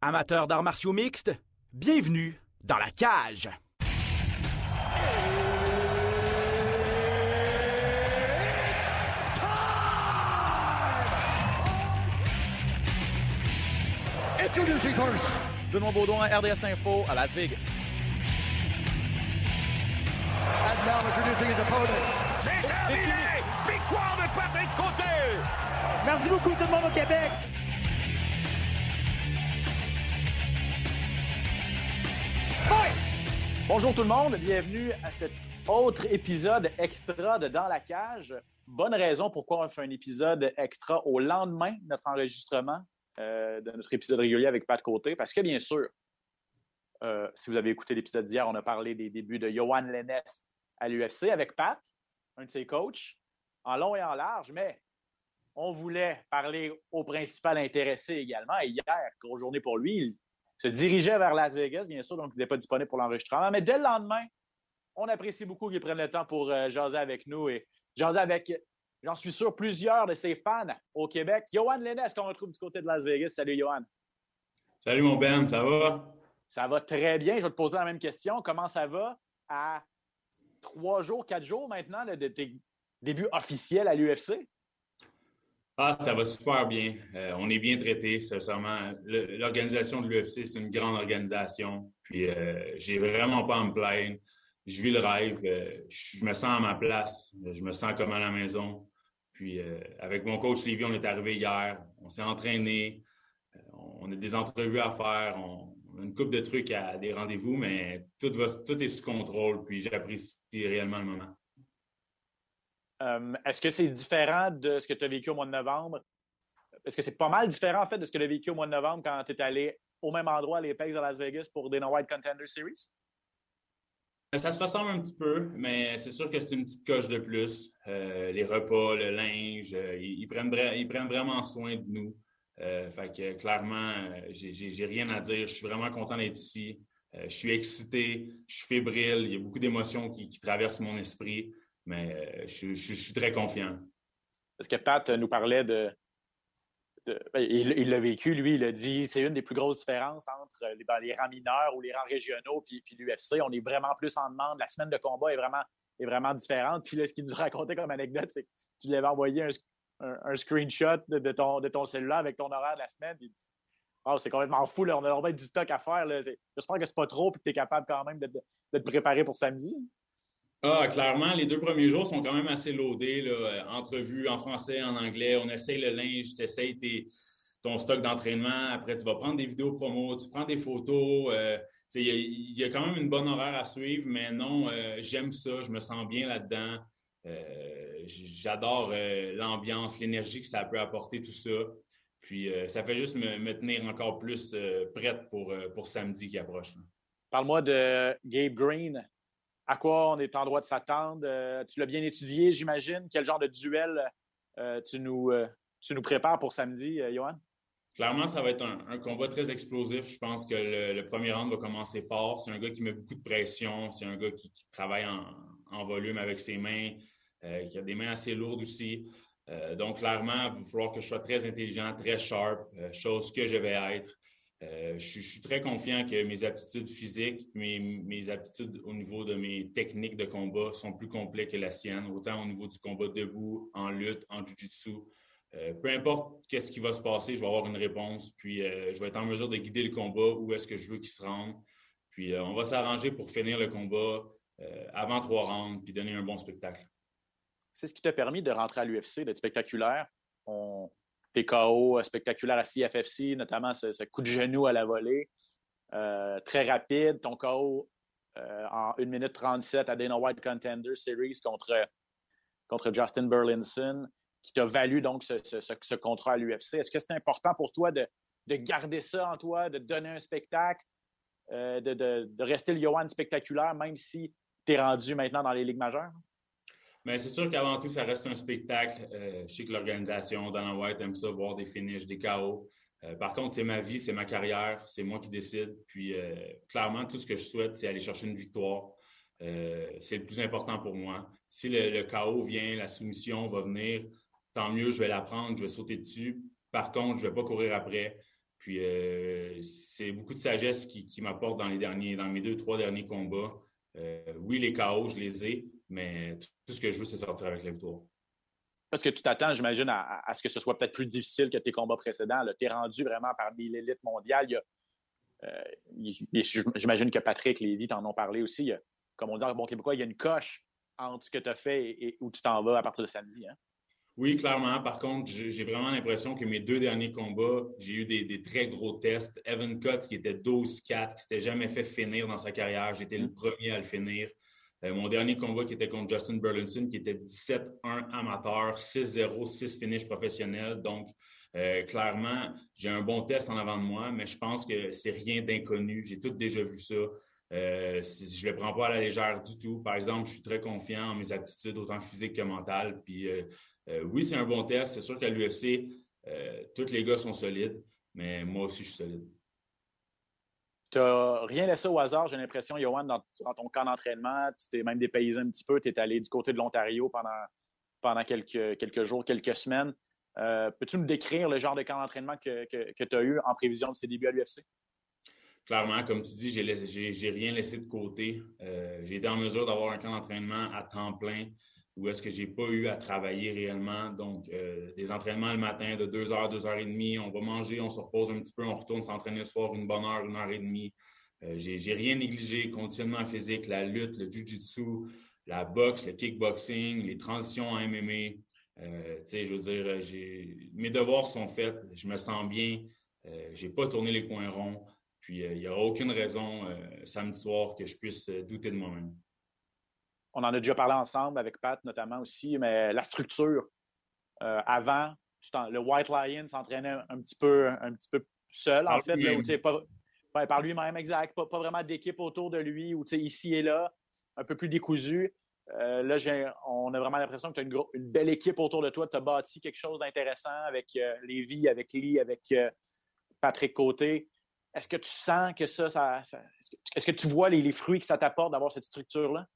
Amateurs d'arts martiaux mixtes, bienvenue dans la cage. Introducing first, Benoît Baudouin, RDS Info à Las Vegas. and now introducing his opponent. C'est terminé! Victoire de Patrick Côté! Merci beaucoup tout le monde au Québec. Bonjour tout le monde, bienvenue à cet autre épisode extra de Dans la cage. Bonne raison pourquoi on fait un épisode extra au lendemain de notre enregistrement de notre épisode régulier avec Pat Côté, parce que bien sûr, si vous avez écouté l'épisode d'hier, on a parlé des débuts de Yohan Lennes à l'UFC avec Pat, un de ses coachs, en long et en large, mais on voulait parler au principal intéressé également. Et hier, grosse journée pour lui, il se dirigeait vers Las Vegas, bien sûr, donc il n'était pas disponible pour l'enregistrement. Mais dès le lendemain, on apprécie beaucoup qu'il prenne le temps pour jaser avec nous et jaser avec, j'en suis sûr, plusieurs de ses fans au Québec. Yohan Lennes, qu'on retrouve du côté de Las Vegas. Salut, Yohan. Salut, mon Ben, ça va? Ça va très bien. Je vais te poser la même question. Comment ça va à 3 jours, 4 jours maintenant là, de tes débuts officiels à l'UFC? Ah, ça va super bien. On est bien traité, sincèrement. L'organisation de l'UFC, c'est une grande organisation. Puis, j'ai vraiment pas à me plaindre. Je vis le rêve. Je me sens à ma place. Je me sens comme à la maison. Puis, avec mon coach Lévy, on est arrivé hier. On s'est entraîné. On a des entrevues à faire. On a une couple de trucs à des rendez-vous, mais tout est sous contrôle. Puis, j'apprécie réellement le moment. Est-ce que c'est différent de ce que tu as vécu au mois de novembre? Est-ce que c'est pas mal différent, en fait, de ce que tu as vécu au mois de novembre quand tu es allé au même endroit à l'Apex de Las Vegas pour Dana White Contender Series? Ça se ressemble un petit peu, mais c'est sûr que c'est une petite coche de plus. Les repas, le linge, ils prennent vraiment soin de nous. Fait que clairement, j'ai rien à dire. Je suis vraiment content d'être ici. Je suis excité, je suis fébrile. Il y a beaucoup d'émotions qui traversent mon esprit, mais je suis très confiant. Est-ce que Pat nous parlait il l'a vécu, lui, il a dit c'est une des plus grosses différences entre les rangs mineurs ou les rangs régionaux puis l'UFC. On est vraiment plus en demande. La semaine de combat est vraiment différente. Puis là, ce qu'il nous racontait comme anecdote, c'est que tu lui avais envoyé un screenshot de ton cellulaire avec ton horaire de la semaine. Il dit oh, c'est complètement fou, là. On a vraiment du stock à faire. Là. J'espère que c'est pas trop et que tu es capable quand même de te préparer pour samedi. Ah, clairement, les 2 premiers jours sont quand même assez loadés, là. Entrevues en français, en anglais. On essaye le linge, tu essayes ton stock d'entraînement. Après, tu vas prendre des vidéos promo, tu prends des photos. Il y a quand même une bonne horaire à suivre, mais non, j'aime ça, je me sens bien là-dedans. J'adore l'ambiance, l'énergie que ça peut apporter, tout ça. Puis, ça fait juste me tenir encore plus prête pour samedi qui approche, là. Parle-moi de Gabe Green. À quoi on est en droit de s'attendre? Tu l'as bien étudié, j'imagine. Quel genre de duel tu nous prépares pour samedi, Yohan? Clairement, ça va être un combat très explosif. Je pense que le premier round va commencer fort. C'est un gars qui met beaucoup de pression. C'est un gars qui travaille en volume avec ses mains, qui a des mains assez lourdes aussi. Donc, clairement, il va falloir que je sois très intelligent, très sharp, chose que je vais être. Je suis très confiant que mes aptitudes physiques, mes aptitudes au niveau de mes techniques de combat sont plus complets que la sienne, autant au niveau du combat debout, en lutte, en jiu-jitsu. Peu importe qu'est-ce qui va se passer, je vais avoir une réponse, puis je vais être en mesure de guider le combat où est-ce que je veux qu'il se rende. Puis on va s'arranger pour finir le combat avant 3 rounds, puis donner un bon spectacle. C'est ce qui t'a permis de rentrer à l'UFC, d'être spectaculaire. Tes KO spectaculaires à CFFC, notamment ce coup de genou à la volée. Très rapide, ton KO en 1 minute 37 à Dana White Contender Series contre Justin Burlinson, qui t'a valu donc ce contrat à l'UFC. Est-ce que c'est important pour toi de garder ça en toi, de donner un spectacle, de rester le Yohan spectaculaire, même si tu es rendu maintenant dans les ligues majeures? Mais c'est sûr qu'avant tout, ça reste un spectacle. Je sais que l'organisation, Dana White aime ça, voir des finishes, des KO. Par contre, c'est ma vie, c'est ma carrière, c'est moi qui décide. Puis, clairement, tout ce que je souhaite, c'est aller chercher une victoire. C'est le plus important pour moi. Si le KO vient, la soumission va venir, tant mieux, je vais la prendre, je vais sauter dessus. Par contre, je ne vais pas courir après. Puis, c'est beaucoup de sagesse qui m'apporte dans mes 2-3 derniers combats. Oui, les KO, je les ai, mais tout ce que je veux, c'est sortir avec la victoire. Parce que tu t'attends, j'imagine, à ce que ce soit peut-être plus difficile que tes combats précédents. Tu es rendu vraiment parmi l'élite mondiale. J'imagine que Patrick Lévy t'en ont parlé aussi. Comme on dit en bon québécois, il y a une coche entre ce que tu as fait et où tu t'en vas à partir de samedi. Hein? Oui, clairement. Par contre, j'ai vraiment l'impression que mes 2 derniers combats, j'ai eu des très gros tests. Evan Cutts, qui était 12-4, qui s'était jamais fait finir dans sa carrière. J'étais le premier à le finir. Mon dernier combat qui était contre Justin Burlinson, qui était 17-1 amateur, 6-0, 6 finishes professionnels. Donc, clairement, j'ai un bon test en avant de moi, mais je pense que c'est rien d'inconnu. J'ai tout déjà vu ça. Je ne le prends pas à la légère du tout. Par exemple, je suis très confiant en mes aptitudes, autant physiques que mentales. Puis, oui, c'est un bon test. C'est sûr qu'à l'UFC, tous les gars sont solides, mais moi aussi, je suis solide. Tu n'as rien laissé au hasard, j'ai l'impression, Yohan, dans ton camp d'entraînement. Tu t'es même dépaysé un petit peu. Tu es allé du côté de l'Ontario pendant quelques jours, quelques semaines. Peux-tu nous décrire le genre de camp d'entraînement que tu as eu en prévision de ses débuts à l'UFC? Clairement, comme tu dis, j'ai rien laissé de côté. J'ai été en mesure d'avoir un camp d'entraînement à temps plein où est-ce que j'ai pas eu à travailler réellement. Donc, des entraînements le matin de 2 heures, 2 heures et demie. On va manger, on se repose un petit peu, on retourne s'entraîner le soir 1 bonne heure, 1 heure et demie. J'ai rien négligé. Conditionnement physique, la lutte, le jiu-jitsu, la boxe, le kickboxing, les transitions en MMA. Je veux dire, mes devoirs sont faits. Je me sens bien. J'ai pas tourné les coins ronds. Puis, il n'y aura aucune raison samedi soir que je puisse douter de moi-même. On en a déjà parlé ensemble avec Pat notamment aussi, mais la structure, avant, le White Lion s'entraînait un petit peu seul, en fait, là, où, par lui-même, exact. Pas vraiment d'équipe autour de lui, où ici et là, un peu plus décousu. Là, on a vraiment l'impression que tu as une belle équipe autour de toi. Tu as bâti quelque chose d'intéressant avec Lévy, avec Lee, avec Patrick Côté. Est-ce que tu sens que est-ce que tu vois les fruits que ça t'apporte d'avoir cette structure-là?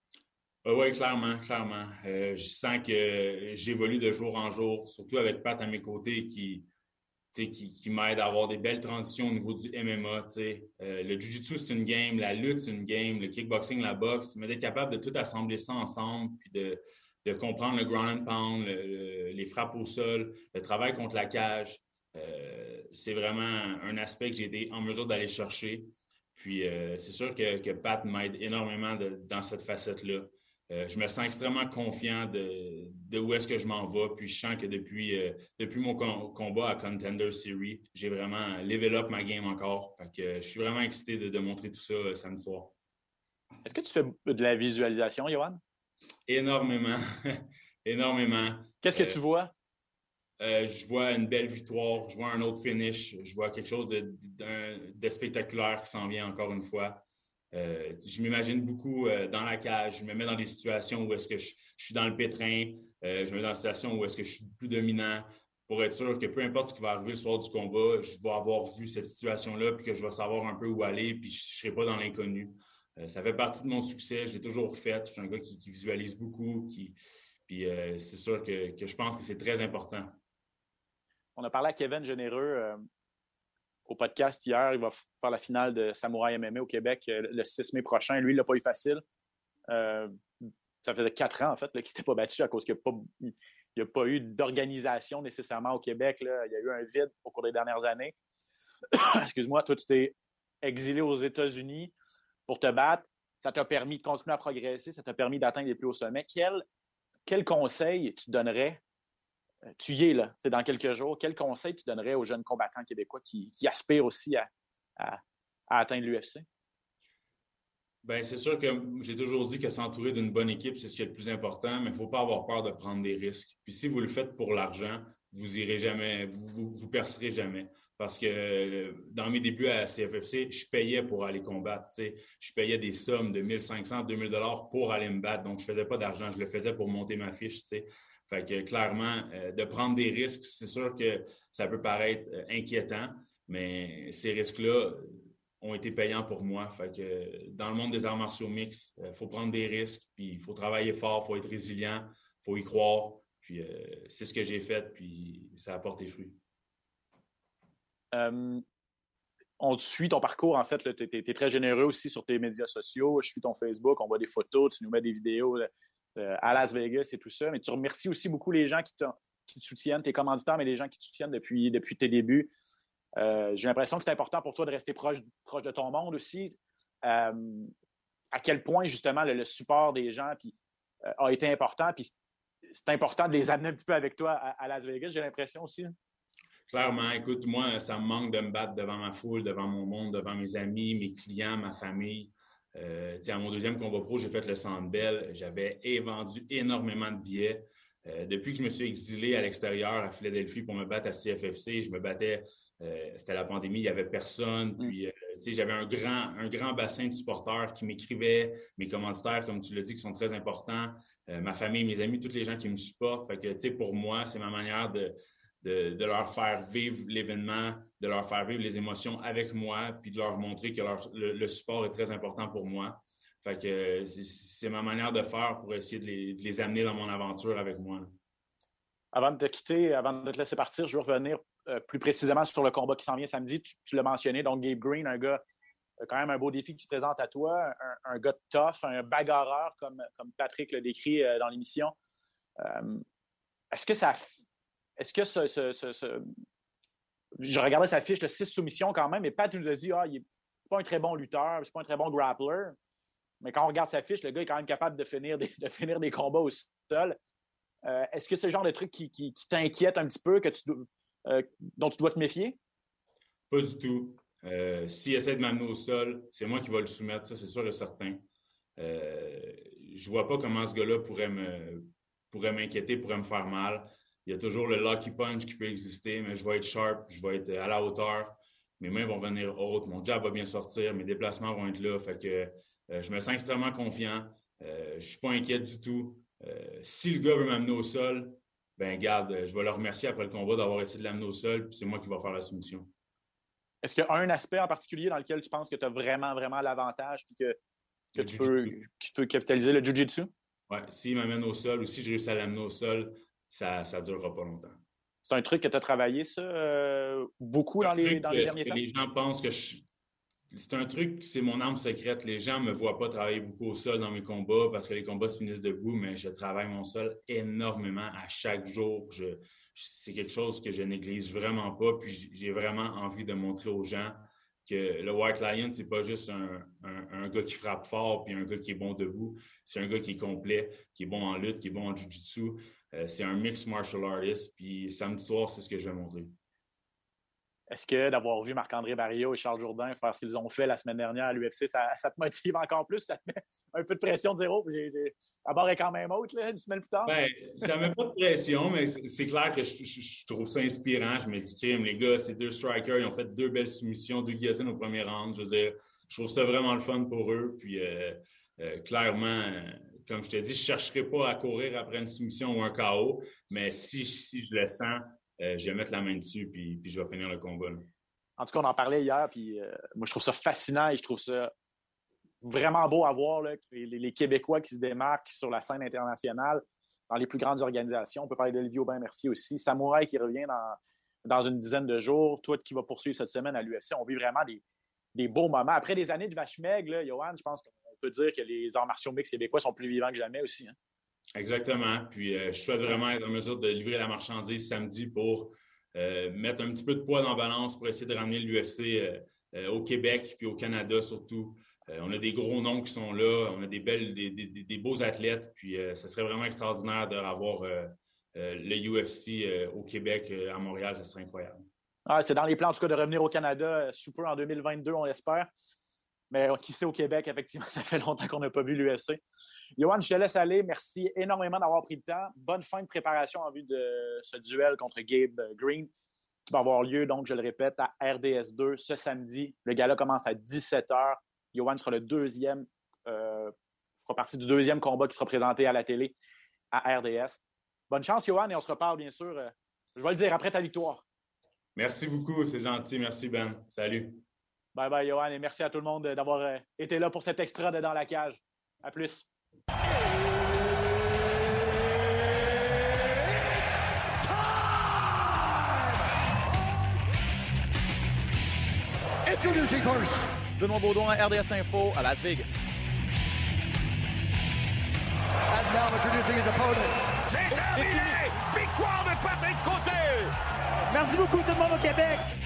Oui, clairement. Je sens que j'évolue de jour en jour, surtout avec Pat à mes côtés qui m'aide à avoir des belles transitions au niveau du MMA. Le jiu-jitsu, c'est une game, la lutte, c'est une game, le kickboxing, la boxe, mais d'être capable de tout assembler ça ensemble, puis de comprendre le ground and pound, les frappes au sol, le travail contre la cage. C'est vraiment un aspect que j'ai été en mesure d'aller chercher. Puis, c'est sûr que Pat m'aide énormément dans cette facette-là. Je me sens extrêmement confiant de où est-ce que je m'en vais. Puis, je sens que depuis mon combat à Contender Series, j'ai vraiment level up ma game encore. Fait que je suis vraiment excité de montrer tout ça samedi soir. Est-ce que tu fais de la visualisation, Yohan? Énormément. Énormément. Qu'est-ce que tu vois? Je vois une belle victoire, je vois un autre finish, je vois quelque chose de spectaculaire qui s'en vient encore une fois. Je m'imagine beaucoup dans la cage, je me mets dans des situations où est-ce que je suis dans le pétrin, je me mets dans des situations où est-ce que je suis plus dominant pour être sûr que peu importe ce qui va arriver le soir du combat, je vais avoir vu cette situation-là puis que je vais savoir un peu où aller puis je ne serai pas dans l'inconnu. Ça fait partie de mon succès, je l'ai toujours fait. Je suis un gars qui visualise beaucoup, puis c'est sûr que je pense que c'est très important. On a parlé à Kevin Généreux au podcast hier. Il va faire la finale de Samouraï MMA au Québec le 6 mai prochain. Lui, il ne l'a pas eu facile. Ça faisait 4 ans, en fait, qu'il ne s'était pas battu à cause qu'il n'y a pas eu d'organisation nécessairement au Québec. Là. Il y a eu un vide au cours des dernières années. Excuse-moi, toi, tu t'es exilé aux États-Unis pour te battre. Ça t'a permis de continuer à progresser. Ça t'a permis d'atteindre les plus hauts sommets. Quel conseil tu donnerais? Tu y es, là, c'est dans quelques jours. Quel conseil tu donnerais aux jeunes combattants québécois qui aspirent aussi à atteindre l'UFC? Bien, c'est sûr que j'ai toujours dit que s'entourer d'une bonne équipe, c'est ce qui est le plus important, mais il ne faut pas avoir peur de prendre des risques. Puis si vous le faites pour l'argent, vous irez jamais, vous percerez jamais. Parce que dans mes débuts à CFFC, je payais pour aller combattre. T'sais. Je payais des sommes de 1 500, 2 000 $ pour aller me battre. Donc, je ne faisais pas d'argent. Je le faisais pour monter ma fiche. T'sais. Fait que clairement, de prendre des risques, c'est sûr que ça peut paraître inquiétant, mais ces risques-là ont été payants pour moi. Fait que dans le monde des arts martiaux mixtes, il faut prendre des risques, puis il faut travailler fort, il faut être résilient, il faut y croire. Puis c'est ce que j'ai fait, puis ça a porté fruit. on suit ton parcours, en fait. Tu es très généreux aussi sur tes médias sociaux. Je suis ton Facebook, on voit des photos, tu nous mets des vidéos à Las Vegas et tout ça. Mais tu remercies aussi beaucoup les gens qui te soutiennent, tes commanditaires, mais les gens qui te soutiennent depuis tes débuts. J'ai l'impression que c'est important pour toi de rester proche de ton monde aussi. À quel point, justement, le support des gens a été important. Puis c'est important de les amener un petit peu avec toi à Las Vegas, j'ai l'impression aussi. Clairement, écoute, moi, ça me manque de me battre devant ma foule, devant mon monde, devant mes amis, mes clients, ma famille. À mon deuxième combat pro, j'ai fait le Centre Bell. J'avais vendu énormément de billets. Depuis que je me suis exilé à l'extérieur, à Philadelphie, pour me battre à CFFC, je me battais, c'était la pandémie, il n'y avait personne. Puis, j'avais un grand bassin de supporters qui m'écrivaient, mes commanditaires, comme tu l'as dit, qui sont très importants, ma famille, mes amis, tous les gens qui me supportent. Fait que, pour moi, c'est ma manière de leur faire vivre l'événement, de leur faire vivre les émotions avec moi, puis de leur montrer que le support est très important pour moi. Fait que c'est ma manière de faire pour essayer de les amener dans mon aventure avec moi. Avant de te quitter, avant de te laisser partir, je veux revenir plus précisément sur le combat qui s'en vient samedi. Tu l'as mentionné, donc Gabe Green, un gars, quand même un beau défi qui se présente à toi, un gars tough, un bagarreur, comme Patrick l'a décrit dans l'émission. Est-ce que je regardais sa fiche, 6 soumissions quand même, mais Pat nous a dit il n'est pas un très bon lutteur, c'est pas un très bon grappler. Mais quand on regarde sa fiche, le gars est quand même capable de finir des combats au sol. Est-ce que c'est le genre de truc qui t'inquiète un petit peu, dont tu dois te méfier? Pas du tout. S'il essaie de m'amener au sol, c'est moi qui vais le soumettre, ça c'est sûr et certain. Je vois pas comment ce gars-là pourrait m'inquiéter, pourrait me faire mal. Il y a toujours le lucky punch qui peut exister, mais je vais être sharp, je vais être à la hauteur. Mes mains vont venir hautes, mon jab va bien sortir, mes déplacements vont être là. Fait que je me sens extrêmement confiant. Je ne suis pas inquiet du tout. Si le gars veut m'amener au sol, garde, je vais le remercier après le combat d'avoir essayé de l'amener au sol, puis c'est moi qui vais faire la soumission. Est-ce qu'il y a un aspect en particulier dans lequel tu penses que tu as vraiment, vraiment l'avantage puis que tu peux capitaliser le jiu-jitsu? Oui, s'il m'amène au sol ou si je réussis à l'amener au sol, ça ne durera pas longtemps. C'est un truc que tu as travaillé, ça, beaucoup dans les derniers temps? Les gens pensent que c'est un truc, c'est mon arme secrète. Les gens ne me voient pas travailler beaucoup au sol dans mes combats parce que les combats se finissent debout, mais je travaille mon sol énormément à chaque jour. C'est quelque chose que je néglige vraiment pas. Puis j'ai vraiment envie de montrer aux gens que le White Lion, c'est pas juste un gars qui frappe fort puis un gars qui est bon debout. C'est un gars qui est complet, qui est bon en lutte, qui est bon en jiu-jitsu. C'est un mixed martial artist. Puis samedi soir, c'est ce que je vais montrer. Est-ce que d'avoir vu Marc-André Barriault et Charles Jourdain faire ce qu'ils ont fait la semaine dernière à l'UFC, ça te motive encore plus? Ça te met un peu de pression de zéro? La barre est quand même haute, là, une semaine plus tard. Ça ne met pas de pression, mais c'est clair que je trouve ça inspirant. Je me dis, crime, les gars, c'est 2 strikers, ils ont fait 2 belles soumissions, 2 guillotines au premier round. Je veux dire, je trouve ça vraiment le fun pour eux. Puis clairement, comme je te dis, je ne chercherai pas à courir après une soumission ou un KO, mais si je le sens, je vais mettre la main dessus puis je vais finir le combat. Là. En tout cas, on en parlait hier, puis moi, je trouve ça fascinant et je trouve ça vraiment beau à voir, là, les Québécois qui se démarquent sur la scène internationale dans les plus grandes organisations. On peut parler d'Olivier Aubin-Mercier aussi. Samouraï qui revient dans une dizaine de jours. Toi qui vas poursuivre cette semaine à l'UFC, on vit vraiment des beaux moments. Après des années de vache maigre, là, Yohan, je pense qu'on peut dire que les arts martiaux mixtes québécois sont plus vivants que jamais aussi. Hein? Exactement. Puis je souhaite vraiment être en mesure de livrer la marchandise samedi pour mettre un petit peu de poids dans la balance pour essayer de ramener l'UFC au Québec puis au Canada surtout. On a des gros noms qui sont là. On a des beaux athlètes. Puis ça serait vraiment extraordinaire d'avoir le UFC au Québec, à Montréal. Ça serait incroyable. Ah, c'est dans les plans, en tout cas, de revenir au Canada sous peu en 2022, on l'espère. Mais qui sait, au Québec, effectivement, ça fait longtemps qu'on n'a pas vu l'UFC. Yohan, je te laisse aller. Merci énormément d'avoir pris le temps. Bonne fin de préparation en vue de ce duel contre Gabe Green qui va avoir lieu, donc, je le répète, à RDS2 ce samedi. Le gala commence à 17h. Yohan sera fera partie du 2e combat qui sera présenté à la télé à RDS. Bonne chance, Yohan, et on se reparle, bien sûr. Je vais le dire après ta victoire. Merci beaucoup, c'est gentil. Merci, Ben. Salut. Bye-bye, Yohan, et merci à tout le monde d'avoir été là pour cet extra de Dans la cage. À plus. Introducing first. Benoît Baudouin, RDS Info à Las Vegas. And now introducing his opponent. C'est terminé! Victoire de Patrick Côté! Merci beaucoup tout le monde au Québec.